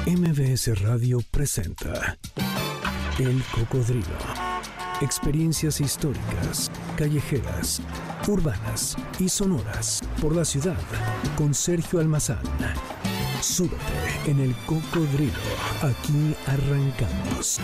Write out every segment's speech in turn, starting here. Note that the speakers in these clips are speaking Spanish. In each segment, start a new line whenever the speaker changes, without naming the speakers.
MBS Radio presenta El Cocodrilo. Experiencias históricas, callejeras, urbanas y sonoras por la ciudad con Sergio Almazán. Súbete en El Cocodrilo. Aquí arrancamos.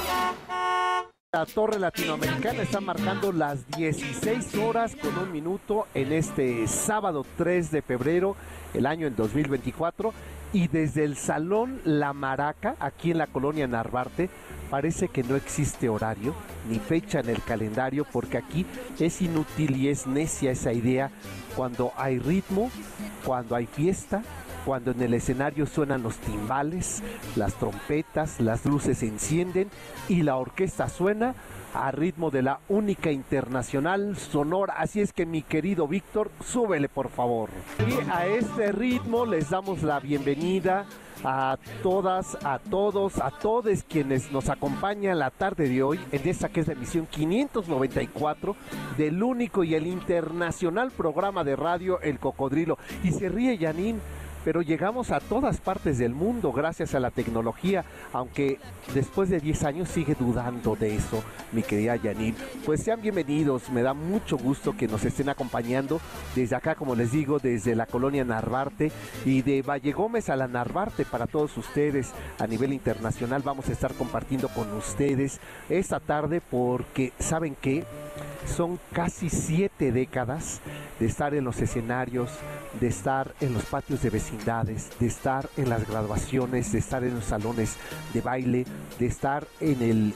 La Torre Latinoamericana está marcando las 16 horas con un minuto en este sábado 3 de febrero, el año en 2024. Y desde el Salón La Maraca, aquí en la colonia Narvarte, parece que no existe horario ni fecha en el calendario, porque aquí es inútil y es necia esa idea. Cuando hay ritmo, cuando hay fiesta, cuando en el escenario suenan los timbales, las trompetas, las luces se encienden y la orquesta suena a ritmo de la única internacional Sonora. Así es que, mi querido Víctor, súbele por favor. Y a este ritmo les damos la bienvenida a todas, a todos, a todos quienes nos acompañan la tarde de hoy en esta que es la emisión 594 del único y el internacional programa de radio El Cocodrilo. Y se ríe Janine, pero llegamos a todas partes del mundo gracias a la tecnología, aunque después de 10 años sigue dudando de eso, mi querida Janine. Pues sean bienvenidos, me da mucho gusto que nos estén acompañando desde acá, como les digo, desde la colonia Narvarte y de Valle Gómez a la Narvarte. Para todos ustedes a nivel internacional vamos a estar compartiendo con ustedes esta tarde, porque ¿saben qué? Son casi 7 décadas de estar en los escenarios, de estar en los patios de vecindades, de estar en las graduaciones, de estar en los salones de baile, de estar en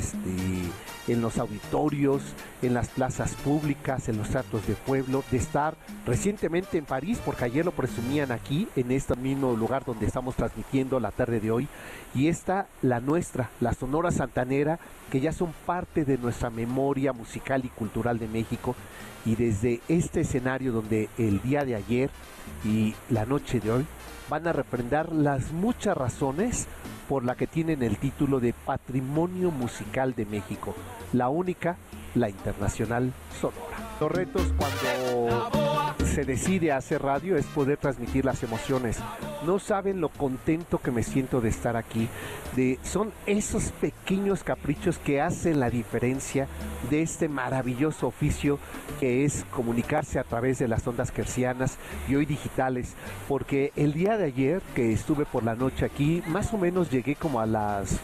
los auditorios, en las plazas públicas, en los teatros de pueblo, de estar recientemente en París, porque ayer lo presumían aquí, en este mismo lugar donde estamos transmitiendo la tarde de hoy, y esta, la nuestra, la Sonora Santanera, que ya son parte de nuestra memoria musical y cultural de México. Y desde este escenario donde el día de ayer y la noche de hoy van a refrendar las muchas razones por la que tienen el título de Patrimonio Musical de México, la única, la internacional Sonora. Los retos cuando se decide hacer radio es poder transmitir las emociones. No saben lo contento que me siento de estar aquí. Son esos pequeños caprichos que hacen la diferencia de este maravilloso oficio que es comunicarse a través de las ondas hertzianas y hoy digitales. Porque el día de ayer que estuve por la noche aquí, más o menos llegué como a las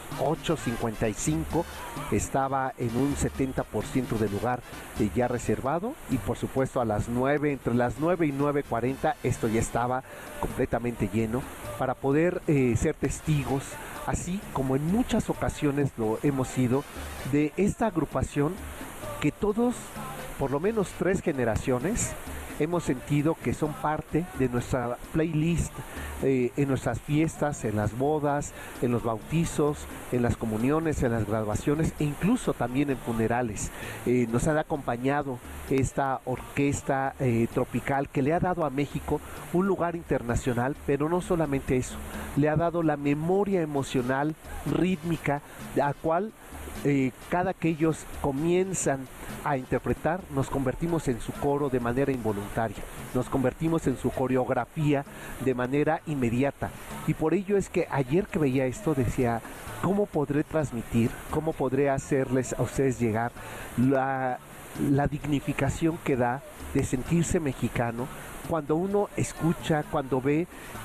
8:55, estaba en un 70% del lugar ya reservado, y por supuesto a las 9, entre las 9 y 9:40, esto ya estaba completamente lleno para poder ser testigos, así como en muchas ocasiones lo hemos sido, de esta agrupación que todos, por lo menos 3 generaciones, hemos sentido que son parte de nuestra playlist en nuestras fiestas, en las bodas, en los bautizos, en las comuniones, en las graduaciones e incluso también en funerales. Nos han acompañado esta orquesta tropical que le ha dado a México un lugar internacional, pero no solamente eso, le ha dado la memoria emocional, rítmica, a cual cada que ellos comienzan a interpretar, nos convertimos en su coro de manera involuntaria, nos convertimos en su coreografía de manera inmediata. Y por ello es que ayer que veía esto decía, ¿cómo podré transmitir, cómo podré hacerles a ustedes llegar la dignificación que da de sentirse mexicano cuando uno escucha, cuando ve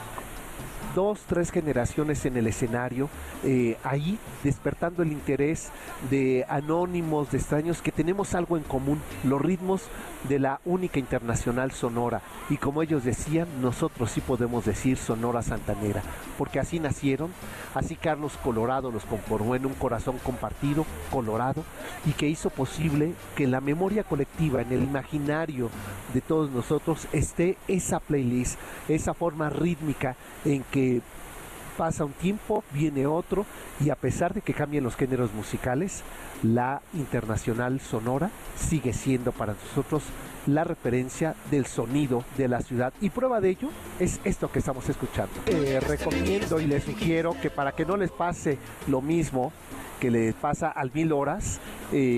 2, 3 generaciones en el escenario, ahí despertando el interés de anónimos, de extraños, que tenemos algo en común, los ritmos de la única internacional Sonora. Y como ellos decían, nosotros sí podemos decir Sonora Santanera, porque así nacieron, así Carlos Colorado los conformó en un corazón compartido, colorado, y que hizo posible que en la memoria colectiva, en el imaginario de todos nosotros, esté esa playlist, esa forma rítmica en que pasa un tiempo, viene otro, y a pesar de que cambien los géneros musicales, la internacional Sonora sigue siendo para nosotros la referencia del sonido de la ciudad, y prueba de ello es esto que estamos escuchando. Recomiendo y les sugiero que, para que no les pase lo mismo que les pasa al 1000 horas,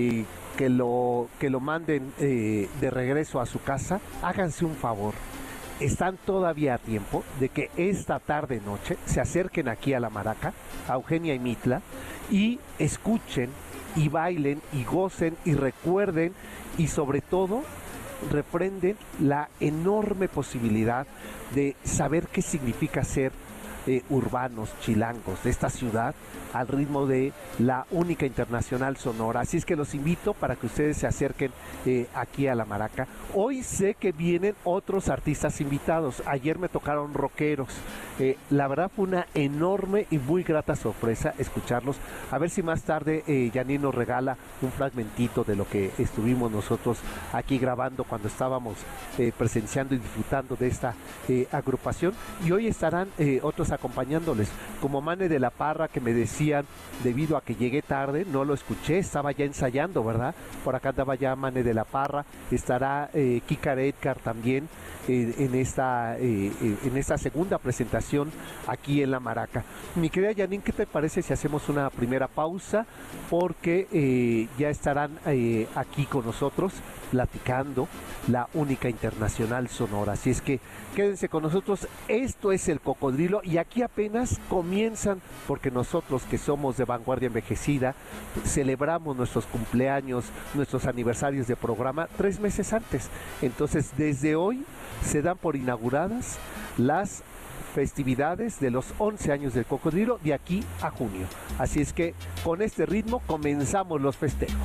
que lo manden de regreso a su casa, háganse un favor. están todavía a tiempo de que esta tarde noche se acerquen aquí a La Maraca, a Eugenia y Mitla, y escuchen y bailen y gocen y recuerden y sobre todo refrenden la enorme posibilidad de saber qué significa ser urbanos, chilangos de esta ciudad al ritmo de la única internacional Sonora. Así es que los invito para que ustedes se acerquen aquí a La Maraca. Hoy sé que vienen otros artistas invitados. Ayer me tocaron rockeros. La verdad fue una enorme y muy grata sorpresa escucharlos. A ver si más tarde Janine nos regala un fragmentito de lo que estuvimos nosotros aquí grabando cuando estábamos presenciando y disfrutando de esta agrupación. Y hoy estarán otros acompañándoles, como Mane de la Parra, que me decían, debido a que llegué tarde, no lo escuché, estaba ya ensayando, ¿verdad? Por acá andaba ya Mane de la Parra, estará Kikar Edgar también en esta segunda presentación aquí en La Maraca. Mi querida Janine, ¿qué te parece si hacemos una primera pausa? Porque ya estarán aquí con nosotros platicando la única internacional Sonora. Así es que quédense con nosotros, esto es El Cocodrilo y aquí apenas comienzan, porque nosotros que somos de Vanguardia Envejecida celebramos nuestros cumpleaños, nuestros aniversarios de programa 3 meses antes. Entonces desde hoy se dan por inauguradas las festividades de los 11 años del Cocodrilo de aquí a junio. Así es que con este ritmo comenzamos los festejos.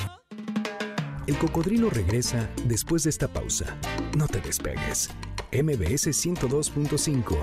El Cocodrilo regresa después de esta pausa. No te despegues. MBS 102.5.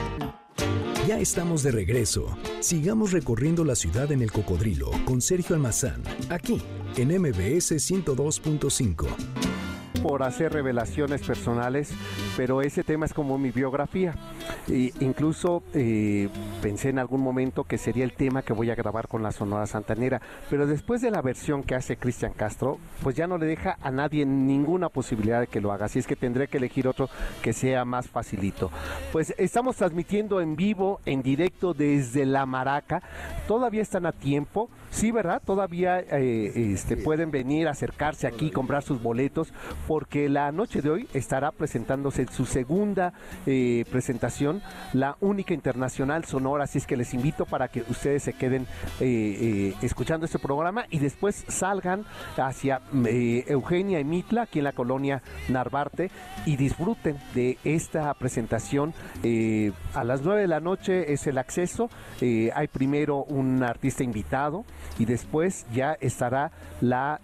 Ya estamos de regreso. Sigamos recorriendo la ciudad en El Cocodrilo con Sergio Almazán, aquí en MBS 102.5.
Por hacer revelaciones personales, pero ese tema es como mi biografía. Incluso pensé en algún momento que sería el tema que voy a grabar con la Sonora Santanera, pero después de la versión que hace Cristian Castro, pues ya no le deja a nadie ninguna posibilidad de que lo haga, así es que tendré que elegir otro que sea más facilito. Pues estamos transmitiendo en vivo, en directo desde La Maraca, todavía están a tiempo, sí, ¿verdad? Todavía pueden venir, acercarse aquí, comprar sus boletos, porque la noche de hoy estará presentándose en su segunda presentación, la única internacional Sonora, así es que les invito para que ustedes se queden escuchando este programa y después salgan hacia Eugenia y Mitla, aquí en la colonia Narvarte, y disfruten de esta presentación. A las 9 de la noche es el acceso, hay primero un artista invitado y después ya estará la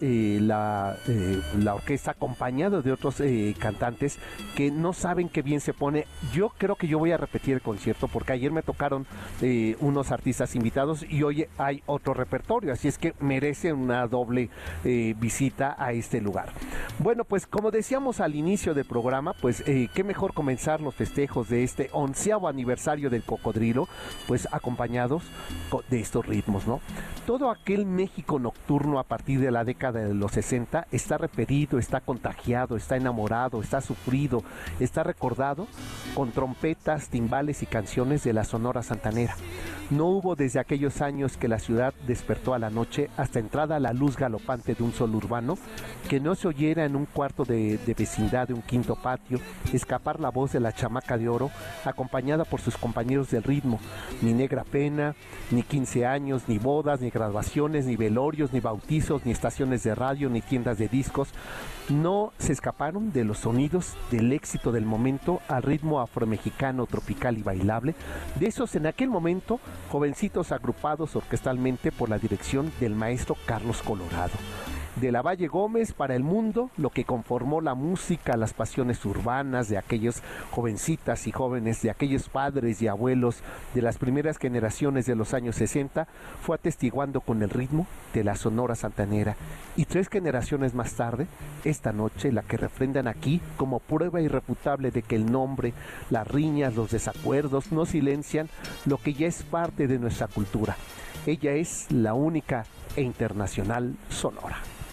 orquesta acompañada de otros cantantes que no saben qué bien se pone. Yo creo que yo voy a repetir el concierto porque ayer me tocaron unos artistas invitados y hoy hay otro repertorio, así es que merece una doble visita a este lugar. Bueno, pues como decíamos al inicio del programa, pues qué mejor comenzar los festejos de este 11º aniversario del Cocodrilo, pues acompañados de estos ritmos, ¿no? Todo aquel México nocturno a partir de la década de los 60 está referido, está contagiado, está enamorado, está sufrido, está recordado con trompetas, timbales y canciones de la Sonora Santanera. No hubo desde aquellos años que la ciudad despertó a la noche hasta entrada a la luz galopante de un sol urbano, que no se oyera en un cuarto de vecindad de un quinto patio escapar la voz de la chamaca de oro acompañada por sus compañeros del ritmo. Ni negra pena, ni 15 años, ni bodas, ni graduaciones, ni velorios, ni bautizos, ni estaciones de radio, ni tiendas de discos no se escaparon de los sonidos del éxito del momento al ritmo afromexicano, tropical y bailable, de esos en aquel momento jovencitos agrupados orquestalmente por la dirección del maestro Carlos Colorado. De la Valle Gómez para el mundo, lo que conformó la música, las pasiones urbanas de aquellos jovencitas y jóvenes, de aquellos padres y abuelos de las primeras generaciones de los años 60, fue atestiguando con el ritmo de la Sonora Santanera. Y 3 generaciones más tarde, esta noche, la que refrendan aquí como prueba irrefutable de que el nombre, las riñas, los desacuerdos no silencian lo que ya es parte de nuestra cultura. Ella es la única e internacional Sonora.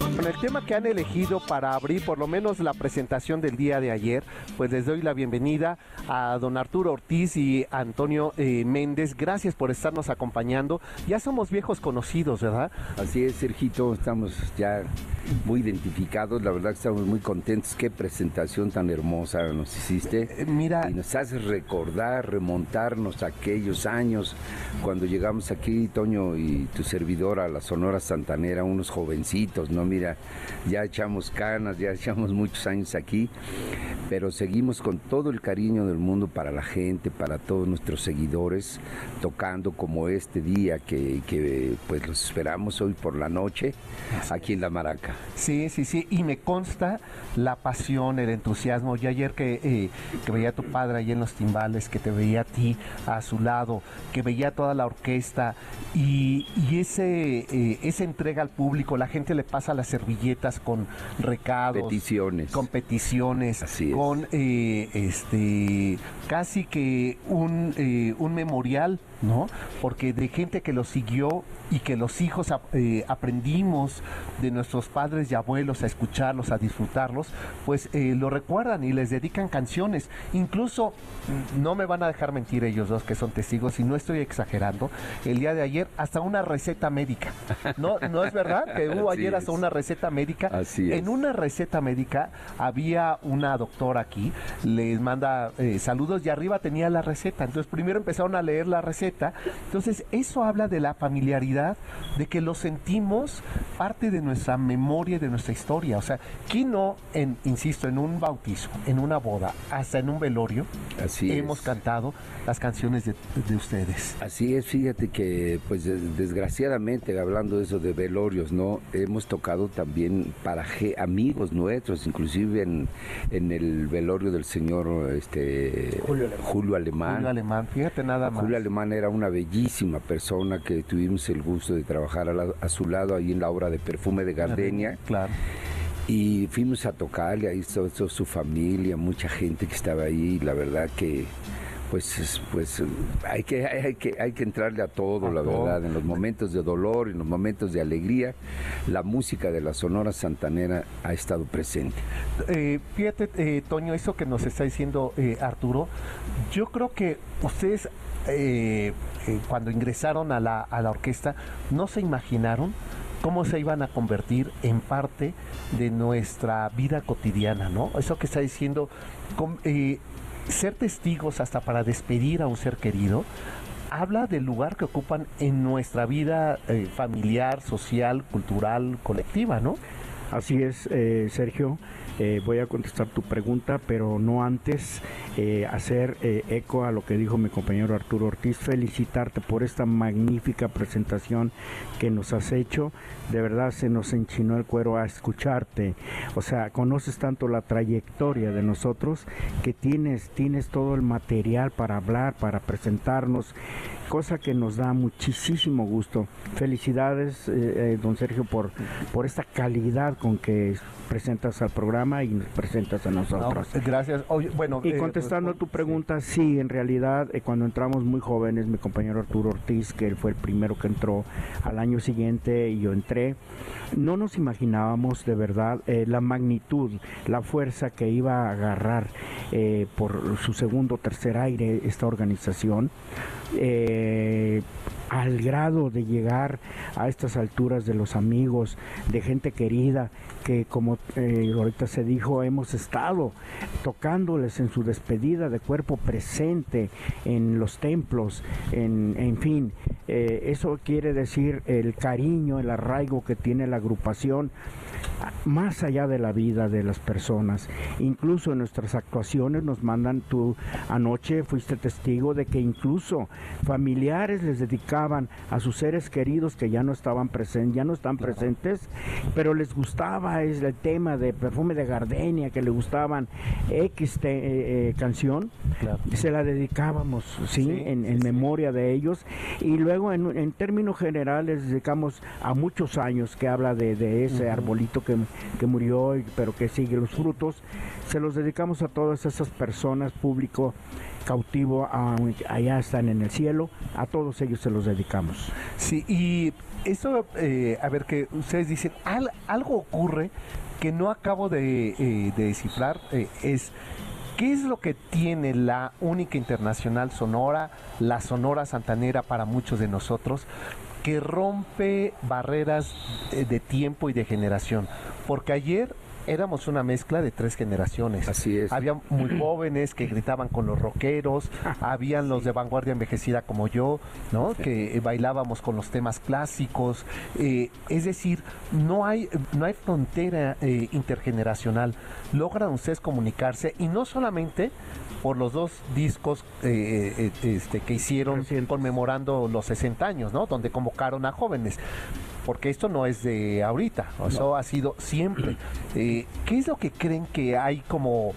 Con el tema que han elegido para abrir por lo menos la presentación del día de ayer, pues les doy la bienvenida a don Arturo Ortiz y a Antonio Méndez. Gracias por estarnos acompañando. Ya somos viejos conocidos, ¿verdad?
Así es, Sergito, estamos ya muy identificados, la verdad que estamos muy contentos. Qué presentación tan hermosa nos hiciste.
Mira,
y nos haces recordar, remontarnos a aquellos años cuando llegamos aquí, Toño y tu servidora, a la Sonora Santanera, unos jovencitos, ¿no? Mira, ya echamos canas, ya echamos muchos años aquí, pero seguimos con todo el cariño del mundo para la gente, para todos nuestros seguidores, tocando como este día que pues los esperamos hoy por la noche aquí en La Maraca.
Sí, y me consta la pasión, el entusiasmo. Yo ayer que veía a tu padre ahí en los timbales, que te veía a ti a su lado, que veía toda la orquesta y esa entrega al público, la gente le pasa las servilletas con recados, con peticiones, con casi que un memorial, ¿no? Porque de gente que lo siguió y que los hijos aprendimos de nuestros padres y abuelos a escucharlos, a disfrutarlos, pues lo recuerdan y les dedican canciones. Incluso, no me van a dejar mentir ellos dos que son testigos, y no estoy exagerando, el día de ayer hasta una receta médica. ¿No es verdad? Que hubo ayer hasta una receta médica.
Así es.
En una receta médica había una doctora aquí, les manda saludos y arriba tenía la receta. Entonces primero empezaron a leer la receta. Entonces eso habla de la familiaridad, de que lo sentimos parte de nuestra memoria y de nuestra historia. O sea, ¿quién no, insisto, en un bautizo, en una boda, hasta en un velorio, hemos cantado las canciones de ustedes? Así
es, fíjate que pues desgraciadamente, hablando de eso de velorios, ¿no? Hemos tocado también para amigos nuestros, inclusive en el velorio del señor Julio Alemán.
Fíjate nada más.
Julio Alemán era una bellísima persona que tuvimos el gusto de trabajar a su lado ahí en la obra de Perfume de Gardenia.
Claro.
Y fuimos a tocarle, ahí toda su familia, mucha gente que estaba ahí, la verdad que pues hay que entrarle a todo, verdad, en los momentos de dolor, en los momentos de alegría, la música de la Sonora Santanera ha estado presente.
Fíjate, Toño, eso que nos está diciendo Arturo, yo creo que ustedes cuando ingresaron a la orquesta no se imaginaron cómo se iban a convertir en parte de nuestra vida cotidiana, ¿no? Eso que está diciendo, ser testigos hasta para despedir a un ser querido, habla del lugar que ocupan en nuestra vida familiar, social, cultural, colectiva, ¿no?
Así es, Sergio. Voy a contestar tu pregunta, pero no antes hacer eco a lo que dijo mi compañero Arturo Ortiz, felicitarte por esta magnífica presentación que nos has hecho. De verdad se nos enchinó el cuero a escucharte. O sea, conoces tanto la trayectoria de nosotros que tienes todo el material para hablar, para presentarnos, cosa que nos da muchísimo gusto. Felicidades, don Sergio, por esta calidad con que presentas al programa y nos presentas a nosotros.
No, gracias. Oye, bueno,
y contestando a tu pregunta, sí, en realidad, cuando entramos muy jóvenes, mi compañero Arturo Ortiz, que él fue el primero que entró al año siguiente y yo entré, no nos imaginábamos de verdad la magnitud, la fuerza que iba a agarrar por su segundo o tercer aire esta organización. Al grado de llegar a estas alturas de los amigos, de gente querida, que como ahorita se dijo, hemos estado tocándoles en su despedida de cuerpo presente en los templos, en fin, eso quiere decir el cariño, el arraigo que tiene la agrupación más allá de la vida de las personas. Incluso en nuestras actuaciones nos mandan, tú anoche fuiste testigo de que incluso familiares les dedicaban a sus seres queridos que ya no estaban presentes, ya no están presentes, pero les gustaba el tema de Perfume de Gardenia, que le gustaban X canción, se la dedicábamos, en memoria de ellos, y luego luego en términos generales dedicamos a muchos años que habla de ese arbolito que murió, pero que sigue los frutos. Se los dedicamos a todas esas personas, público cautivo, allá están en el cielo, a todos ellos se los dedicamos.
Sí, y eso, a ver, que ustedes dicen, algo ocurre que no acabo de descifrar, es... ¿Qué es lo que tiene la única internacional Sonora, la Sonora Santanera para muchos de nosotros, que rompe barreras de tiempo y de generación? Porque ayer éramos una mezcla de 3 generaciones.
Así es.
Había muy jóvenes que gritaban con los rockeros, habían los de vanguardia envejecida como yo, ¿no? Que bailábamos con los temas clásicos. Es decir, no hay frontera intergeneracional. Logran ustedes comunicarse, y no solamente por los 2 discos que hicieron
Recientes,
conmemorando los 60 años, ¿no? Donde convocaron a jóvenes. Porque esto no es de ahorita, eso ha sido siempre. ¿Qué es lo que creen que hay como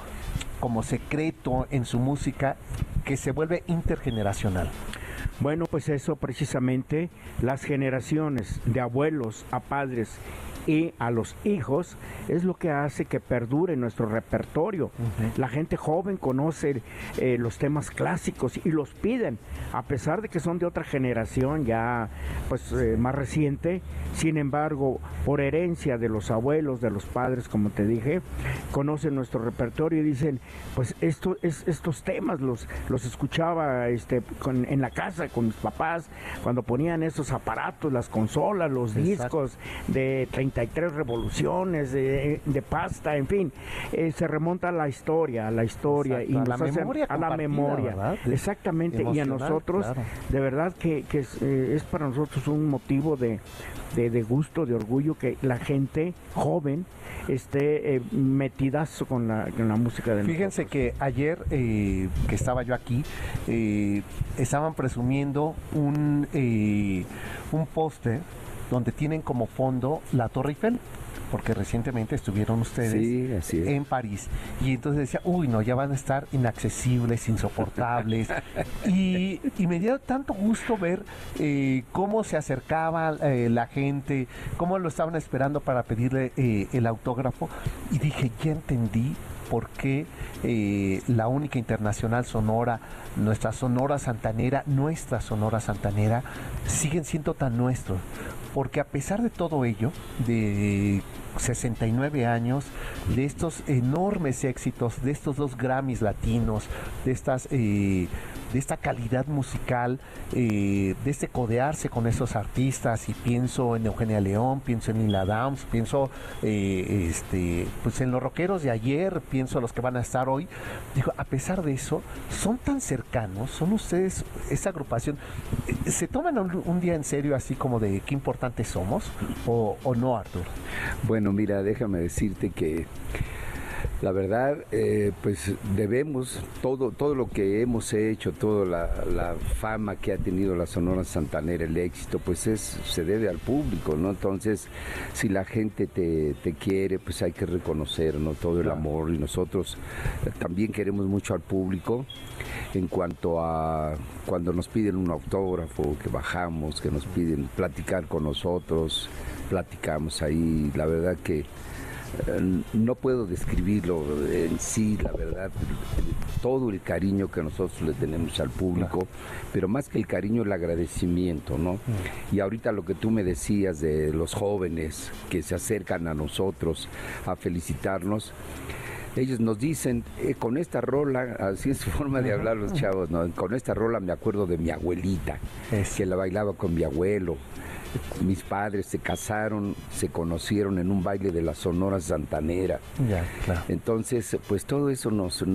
secreto en su música que se vuelve intergeneracional?
Bueno, pues eso precisamente, las generaciones de abuelos a padres y a los hijos es lo que hace que perdure nuestro repertorio. La gente joven conoce los temas clásicos y los piden, a pesar de que son de otra generación ya más reciente. Sin embargo, por herencia de los abuelos, de los padres, como te dije, conocen nuestro repertorio y dicen, pues estos temas los escuchaba en la casa con mis papás, cuando ponían estos aparatos, las consolas, los discos de 33 revoluciones de pasta, en fin, se remonta a la historia,
Exacto,
y nos hace a la memoria,
¿verdad?
Exactamente, y a nosotros, claro, de verdad que es para nosotros un motivo de gusto, de orgullo, que la gente joven esté metidazo con la música de
Fíjense
nosotros.
que ayer que estaba yo aquí, estaban presumiendo un póster donde tienen como fondo la Torre Eiffel, porque recientemente estuvieron ustedes en París, y entonces decía, uy, no, ya van a estar inaccesibles, insoportables, y me dio tanto gusto ver cómo se acercaba la gente, cómo lo estaban esperando para pedirle el autógrafo, y dije, ya entendí por qué la única internacional Sonora, nuestra Sonora Santanera, siguen siendo tan nuestros. Porque a pesar de todo ello, de 69 años, de estos enormes éxitos, de estos 2 Grammys latinos, de esta calidad musical, de este codearse con esos artistas, y pienso en Eugenia León, pienso en Lila Downs, pienso pues en los rockeros de ayer, pienso en los que van a estar hoy. Digo, a pesar de eso, son tan cercanos, son ustedes, esa agrupación, ¿se toman un día en serio así como de qué importantes somos o no, Arturo?
Bueno, mira, déjame decirte que la verdad, pues debemos todo lo que hemos hecho, toda la fama que ha tenido la Sonora Santanera, el éxito, pues se debe al público, ¿no? Entonces, si la gente te quiere, pues hay que reconocer, ¿no? Todo el amor, y nosotros también queremos mucho al público. En cuanto a cuando nos piden un autógrafo, que bajamos, que nos piden platicar con nosotros, platicamos ahí, la verdad que no puedo describirlo en sí, la verdad, todo el cariño que nosotros le tenemos al público, pero más que el cariño, el agradecimiento, ¿no? Y ahorita lo que tú me decías de los jóvenes que se acercan a nosotros a felicitarnos, ellos nos dicen, con esta rola, así es su forma de hablar los chavos, ¿no? Con esta rola me acuerdo de mi abuelita, que la bailaba con mi abuelo. Mis padres se casaron, se conocieron en un baile de la Sonora Santanera. Entonces, pues todo eso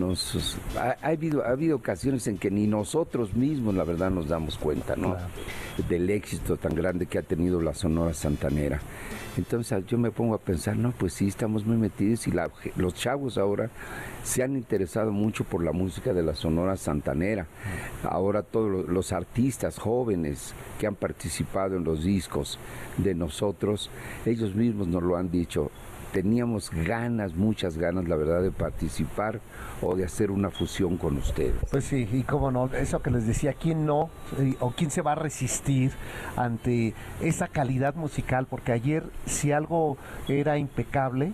ha habido ocasiones en que ni nosotros mismos, la verdad, nos damos cuenta, ¿no? Del éxito tan grande que ha tenido la Sonora Santanera. Entonces yo me pongo a pensar, no, pues sí, estamos muy metidos, y los chavos ahora se han interesado mucho por la música de la Sonora Santanera. Ahora todos los artistas jóvenes que han participado en los discos de nosotros, ellos mismos nos lo han dicho. teníamos ganas, muchas ganas, la verdad, de participar o de hacer una fusión con ustedes.
Pues sí, y cómo no, eso que les decía, ¿quién no o quién se va a resistir ante esa calidad musical? Porque ayer, si algo era impecable,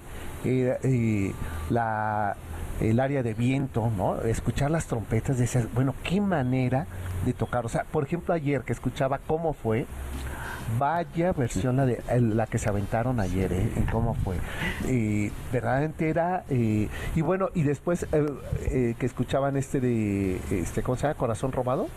el área de viento, ¿no? Escuchar las trompetas, decías, bueno, qué manera de tocar. O sea, por ejemplo, ayer que escuchaba Cómo Fue, vaya versión la que se aventaron ayer, en Cómo Fue. Verdaderamente era, y bueno, y después que escuchaban ¿cómo se llama? Corazón Robado.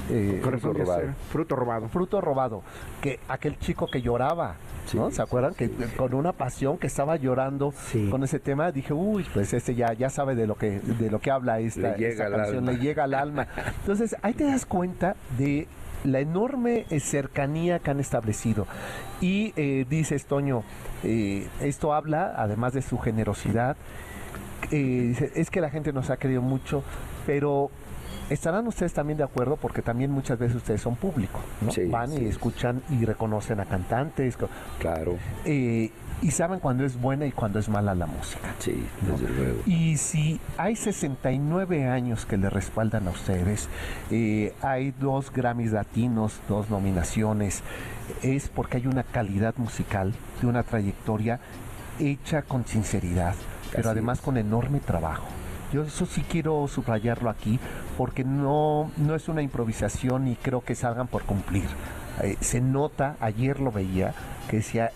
Fruto robado. Que aquel chico que lloraba, ¿no?
Sí,
¿Se acuerdan?
sí.
Que con una pasión que estaba llorando con ese tema, dije, uy, pues ya sabe de lo que habla esta canción, le llega al alma. Entonces, ahí te das cuenta de la enorme cercanía que han establecido. Y dices, Toño, esto habla, además de su generosidad, dice, es que la gente nos ha querido mucho, pero estarán ustedes también de acuerdo, porque también muchas veces ustedes son público, ¿no?
Sí,
van y escuchan y reconocen a cantantes.
Claro.
Y saben cuando es buena y cuando es mala la música.
Sí, desde luego.
Y si hay 69 años que le respaldan a ustedes, hay 2 Grammys latinos, 2 nominaciones, es porque hay una calidad musical, de una trayectoria hecha con sinceridad, pero además con enorme trabajo. Yo eso sí quiero subrayarlo aquí, porque no es una improvisación y creo que salgan por cumplir. Se nota, ayer lo veía, que decía,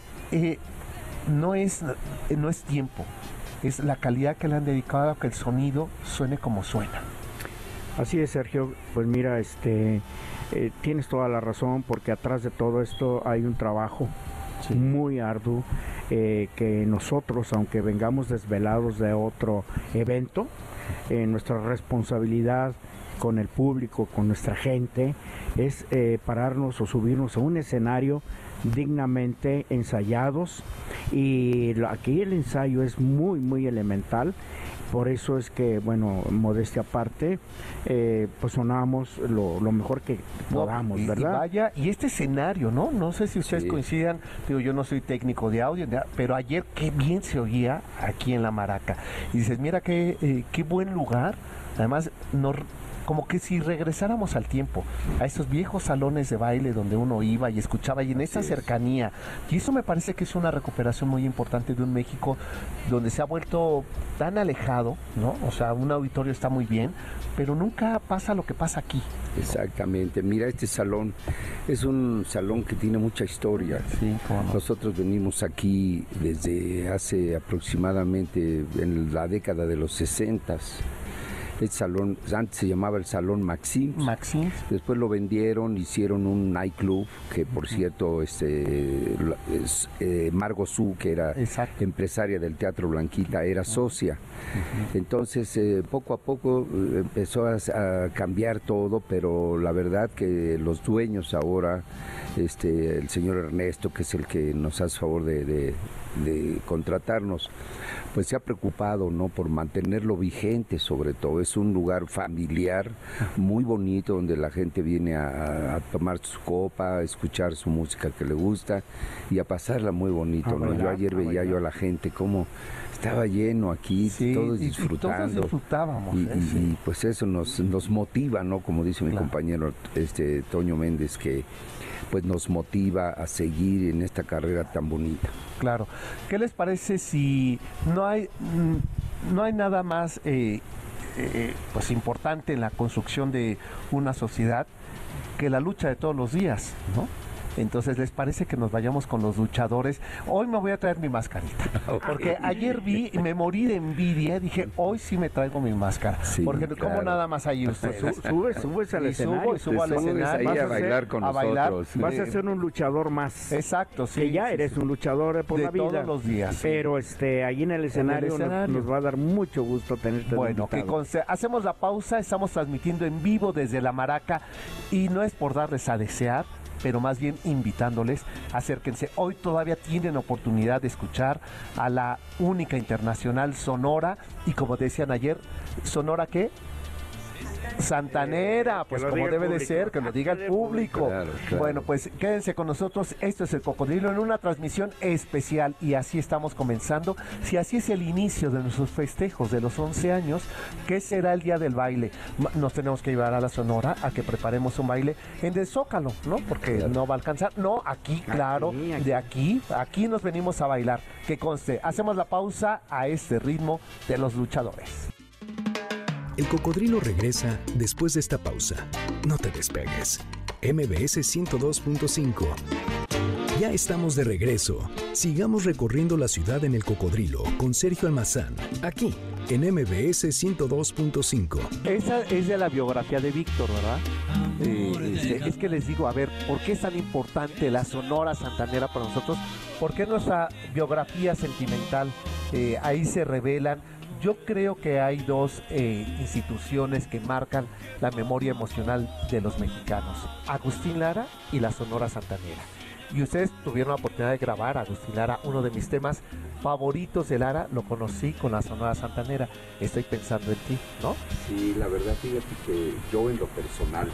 no es tiempo, es la calidad que le han dedicado a que el sonido suene como suena.
Así es, Sergio. Pues mira, tienes toda la razón, porque atrás de todo esto hay un trabajo muy arduo, que nosotros, aunque vengamos desvelados de otro evento, nuestra responsabilidad con el público, con nuestra gente, es pararnos o subirnos a un escenario dignamente ensayados, y aquí el ensayo es muy muy elemental. Por eso es que, bueno, modestia aparte, pues sonamos lo mejor que podamos, ¿verdad?
Y este escenario, ¿no? No sé si ustedes coincidan, digo, yo no soy técnico de audio, pero ayer qué bien se oía aquí en La Maraca. Y dices, mira qué buen lugar. Además, como que si regresáramos al tiempo, a esos viejos salones de baile donde uno iba y escuchaba, y en esa cercanía. Y eso me parece que es una recuperación muy importante de un México donde se ha vuelto tan alejado, ¿no? O sea, un auditorio está muy bien, pero nunca pasa lo que pasa aquí.
Exactamente. Mira, este salón es un salón que tiene mucha historia.
Sí, cómo no.
Nosotros venimos aquí desde hace aproximadamente en la década de los 60s. Este salón antes se llamaba el Salón Maxim. Después lo vendieron, hicieron un nightclub, que por cierto Margot Su, que era empresaria del Teatro Blanquita, era socia. Entonces poco a poco empezó a cambiar todo, pero la verdad que los dueños ahora, el señor Ernesto, que es el que nos hace favor de contratarnos, pues se ha preocupado, ¿no?, por mantenerlo vigente. Sobre todo es un lugar familiar muy bonito, donde la gente viene a tomar su copa, a escuchar su música que le gusta y a pasarla muy bonito, ¿no? Yo ayer veía yo a la gente cómo estaba lleno aquí, todos disfrutando.
Todos disfrutábamos.
Y pues eso nos motiva, ¿no? Como dice mi compañero Toño Méndez, que pues nos motiva a seguir en esta carrera tan bonita.
Claro. ¿Qué les parece si no hay nada más pues importante en la construcción de una sociedad que la lucha de todos los días, ¿no? Entonces, ¿les parece que nos vayamos con los luchadores? Hoy me voy a traer mi mascarita, porque ayer vi y me morí de envidia. Dije, hoy sí me traigo mi máscara, porque claro, ¿cómo nada más ahí ustedes?
Subes al escenario.
Subo al escenario.
Ahí a bailar con nosotros.
Vas a ser un luchador más.
Exacto, sí.
Que ya eres un luchador por la vida.
Todos los días.
Pero ahí en el escenario, nos va a dar mucho gusto tenerte.
Bueno, hacemos la pausa, estamos transmitiendo en vivo desde La Maraca, y no es por darles a desear, pero más bien invitándoles, acérquense. Hoy todavía tienen oportunidad de escuchar a la única internacional Sonora, y como decían ayer, ¿Sonora qué? Santanera, pues como debe de ser, que lo diga el público.
Claro.
Bueno, pues quédense con nosotros, esto es El Cocodrilo en una transmisión especial y así estamos comenzando. Si así es el inicio de nuestros festejos de los 11 años, ¿qué será el día del baile? Nos tenemos que llevar a la Sonora a que preparemos un baile en el Zócalo, ¿no? Porque no va a alcanzar. No, aquí, claro, de aquí nos venimos a bailar. Que conste, hacemos la pausa a este ritmo de los luchadores.
El Cocodrilo regresa después de esta pausa. No te despegues. MBS 102.5. Ya estamos de regreso. Sigamos recorriendo la ciudad en El Cocodrilo con Sergio Almazán, aquí en MBS 102.5.
Esa es de la biografía de Víctor, ¿verdad? Es que les digo, a ver, ¿por qué es tan importante la Sonora Santanera para nosotros? ¿Por qué nuestra biografía sentimental? Ahí se revelan. Yo creo que hay dos instituciones que marcan la memoria emocional de los mexicanos: Agustín Lara y la Sonora Santanera. Y ustedes tuvieron la oportunidad de grabar a Agustín Lara. Uno de mis temas favoritos de Lara lo conocí con la Sonora Santanera. Estoy pensando en ti, ¿no?
Sí, la verdad, fíjate que yo en lo personal,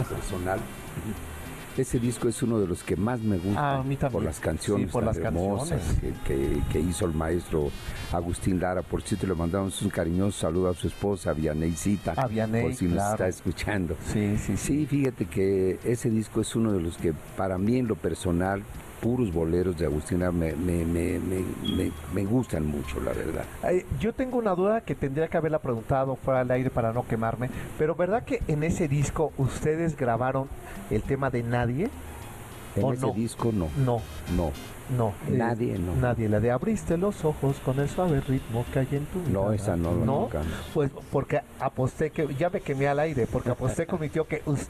ese disco es uno de los que más me gusta.
A mí también.
Por las canciones
por las
hermosas que hizo el maestro Agustín Lara. Por cierto, le mandamos un cariñoso saludo a su esposa, Vianeysita, por si nos está escuchando. Sí, fíjate que ese disco es uno de los que para mí en lo personal, puros boleros de Agustín Lara me gustan mucho, la verdad.
Yo tengo una duda que tendría que haberla preguntado fuera al aire para no quemarme, pero ¿verdad que en ese disco ustedes grabaron el tema de Nadie?
En ese disco no.
No.
Nadie, no.
Nadie, la de Abriste los ojos con el suave ritmo que hay en tu vida.
No, esa no.
¿No? Pues porque aposté que, ya me quemé al aire, porque aposté con mi tío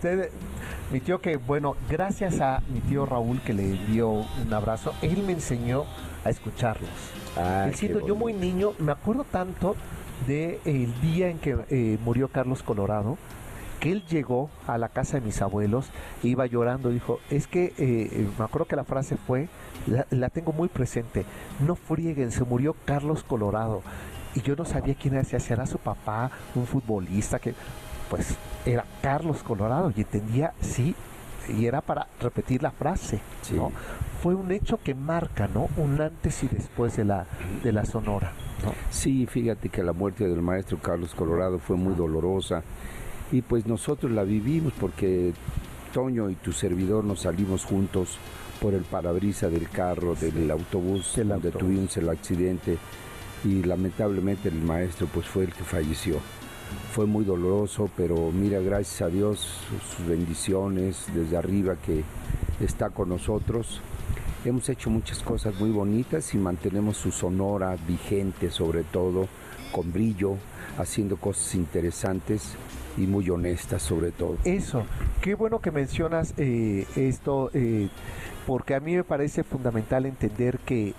que, bueno, gracias a mi tío Raúl que le dio un abrazo, él me enseñó a escucharlos. Siendo yo muy niño, me acuerdo tanto de el día en que murió Carlos Colorado, que él llegó a la casa de mis abuelos, iba llorando, dijo, es que, me acuerdo que la frase fue, la tengo muy presente, no frieguen, se murió Carlos Colorado. Y yo no sabía quién era, si era su papá, un futbolista, que pues era Carlos Colorado, y entendía, sí, y era para repetir la frase, ¿no? Fue un hecho que marca, ¿no? Un antes y después de la Sonora, ¿no?
Sí, fíjate que la muerte del maestro Carlos Colorado fue muy dolorosa. Y pues nosotros la vivimos porque Toño y tu servidor nos salimos juntos por el parabrisas del carro, del autobús, donde tuvimos el accidente, y lamentablemente el maestro pues fue el que falleció. Fue muy doloroso, pero mira, gracias a Dios, sus bendiciones desde arriba que está con nosotros. Hemos hecho muchas cosas muy bonitas y mantenemos su Sonora vigente, sobre todo, con brillo, haciendo cosas interesantes y muy honestas sobre todo.
Eso, qué bueno que mencionas esto, porque a mí me parece fundamental entender que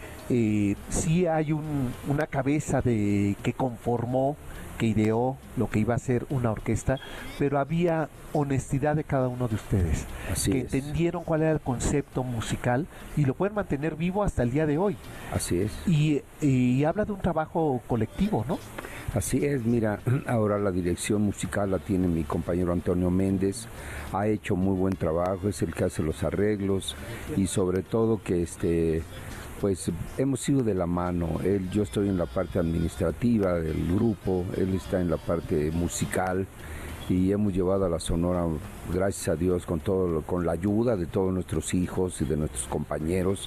sí hay una cabeza que conformó, que ideó lo que iba a ser una orquesta, pero había honestidad de cada uno de ustedes, entendieron cuál era el concepto musical y lo pueden mantener vivo hasta el día de hoy.
Así es.
Y habla de un trabajo colectivo, ¿no?
Así es, mira, ahora la dirección musical la tiene mi compañero Antonio Méndez, ha hecho muy buen trabajo, es el que hace los arreglos y sobre todo que pues hemos ido de la mano. Yo estoy en la parte administrativa del grupo, él está en la parte musical y hemos llevado a la Sonora, gracias a Dios, con la ayuda de todos nuestros hijos y de nuestros compañeros,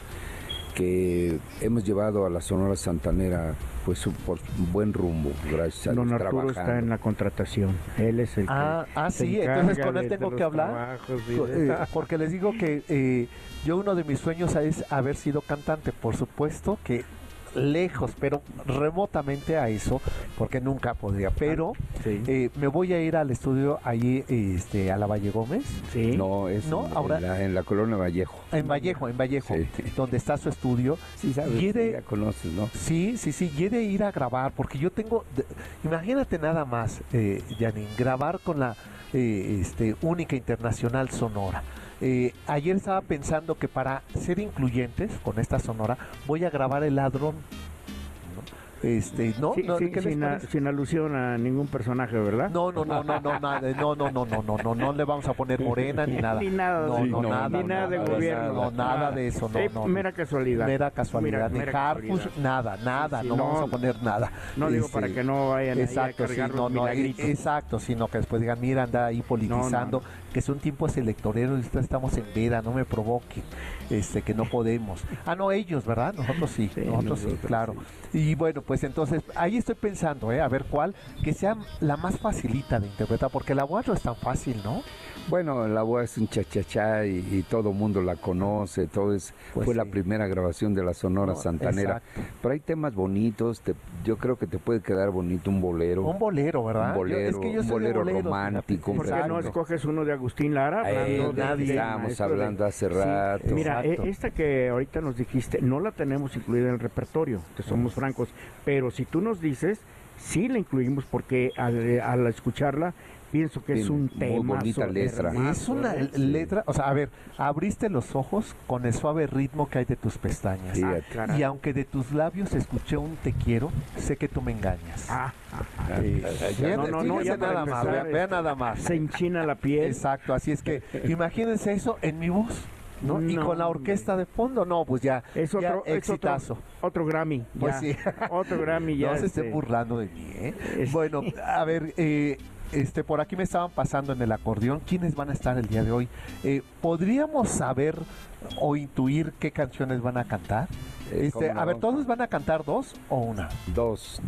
que hemos llevado a la Sonora Santanera pues por buen rumbo, gracias a Dios.
Don Arturo está en la contratación, él es el que
sí, entonces con él tengo que hablar, porque les digo que yo uno de mis sueños es haber sido cantante, por supuesto que lejos, pero remotamente a eso, porque nunca podría, pero me voy a ir al estudio allí a la Valle Gómez.
No, es en la colonia Vallejo.
En Vallejo, donde está su estudio.
Sí, sabes, ya conoces, ¿no?
Sí, y he de ir a grabar, porque yo tengo, imagínate nada más, Janine, grabar con la única internacional Sonora. Ayer estaba pensando que para ser incluyentes con esta Sonora voy a grabar El Ladrón, ¿no? No,
Sí,
no,
sí,
¿qué les
sin,
parece?
sin alusión a ningún personaje, ¿verdad?
No, nada, no le vamos a poner morena ni nada.
Ni nada,
no,
sí,
no,
no,
nada,
ni nada de gobierno.
no, nada de eso, no.
Mera casualidad.
Mera casualidad, ni
Mera
Harfush,
casualidad.
nada,
Sí,
no
no,
vamos a poner nada.
No digo para que no vayan
exacto,
a cargar
sí,
los milagritos.
exacto, sino que después digan, mira, anda ahí politizando,
No.
que son tiempos electorales, estamos en veda, no me provoque, que no podemos. No, ellos, ¿verdad? Nosotros sí, nosotros sí, claro. Y bueno, pues entonces, ahí estoy pensando, a ver cuál, que sea la más facilita de interpretar, porque la voz no es tan fácil, ¿no?
Bueno, la voz es un cha-cha-cha y todo el mundo la conoce,
Pues
fue la
sí.
primera grabación de la Sonora Santanera.
Exacto.
Pero hay temas bonitos, yo creo que te puede quedar bonito un bolero.
Un bolero, ¿verdad?
Un bolero,
Yo
un
soy de
bolero
boleros,
romántico,
fíjate.
¿Por qué no
Exacto.
escoges uno de Agustín Lara? Hablando de-
nadie.
del
Estábamos
maestro
hablando hace
Sí,
rato.
Mira,
Exacto.
esta que ahorita nos dijiste, no la tenemos incluida en el repertorio, te somos francos, pero si tú nos dices, sí la incluimos porque al escucharla, pienso que es
Tiene
un
muy
tema.
bonita letra.
Es una letra, o sea, a ver, abriste los ojos con el suave ritmo que hay de tus pestañas.
Fíjate.
Y aunque de tus labios escuché un te quiero, sé que tú me engañas. Fíjate,
No,
fíjense
ya para
nada más,
empezar,
vean nada más.
Se enchina la piel.
Exacto, así es que imagínense eso en mi voz, ¿no? Y
No,
con la orquesta de fondo, no, pues ya,
Es
ya
otro, es
exitazo.
otro Grammy.
Pues
ya.
sí.
Otro Grammy ya.
No se esté burlando de mí, ¿eh? Bueno, a ver, por aquí me estaban pasando en el acordeón quiénes van a estar el día de hoy. ¿Podríamos saber o intuir qué canciones van a cantar?
¿Cómo no?
A ver, ¿todos van a cantar dos o una?
Dos.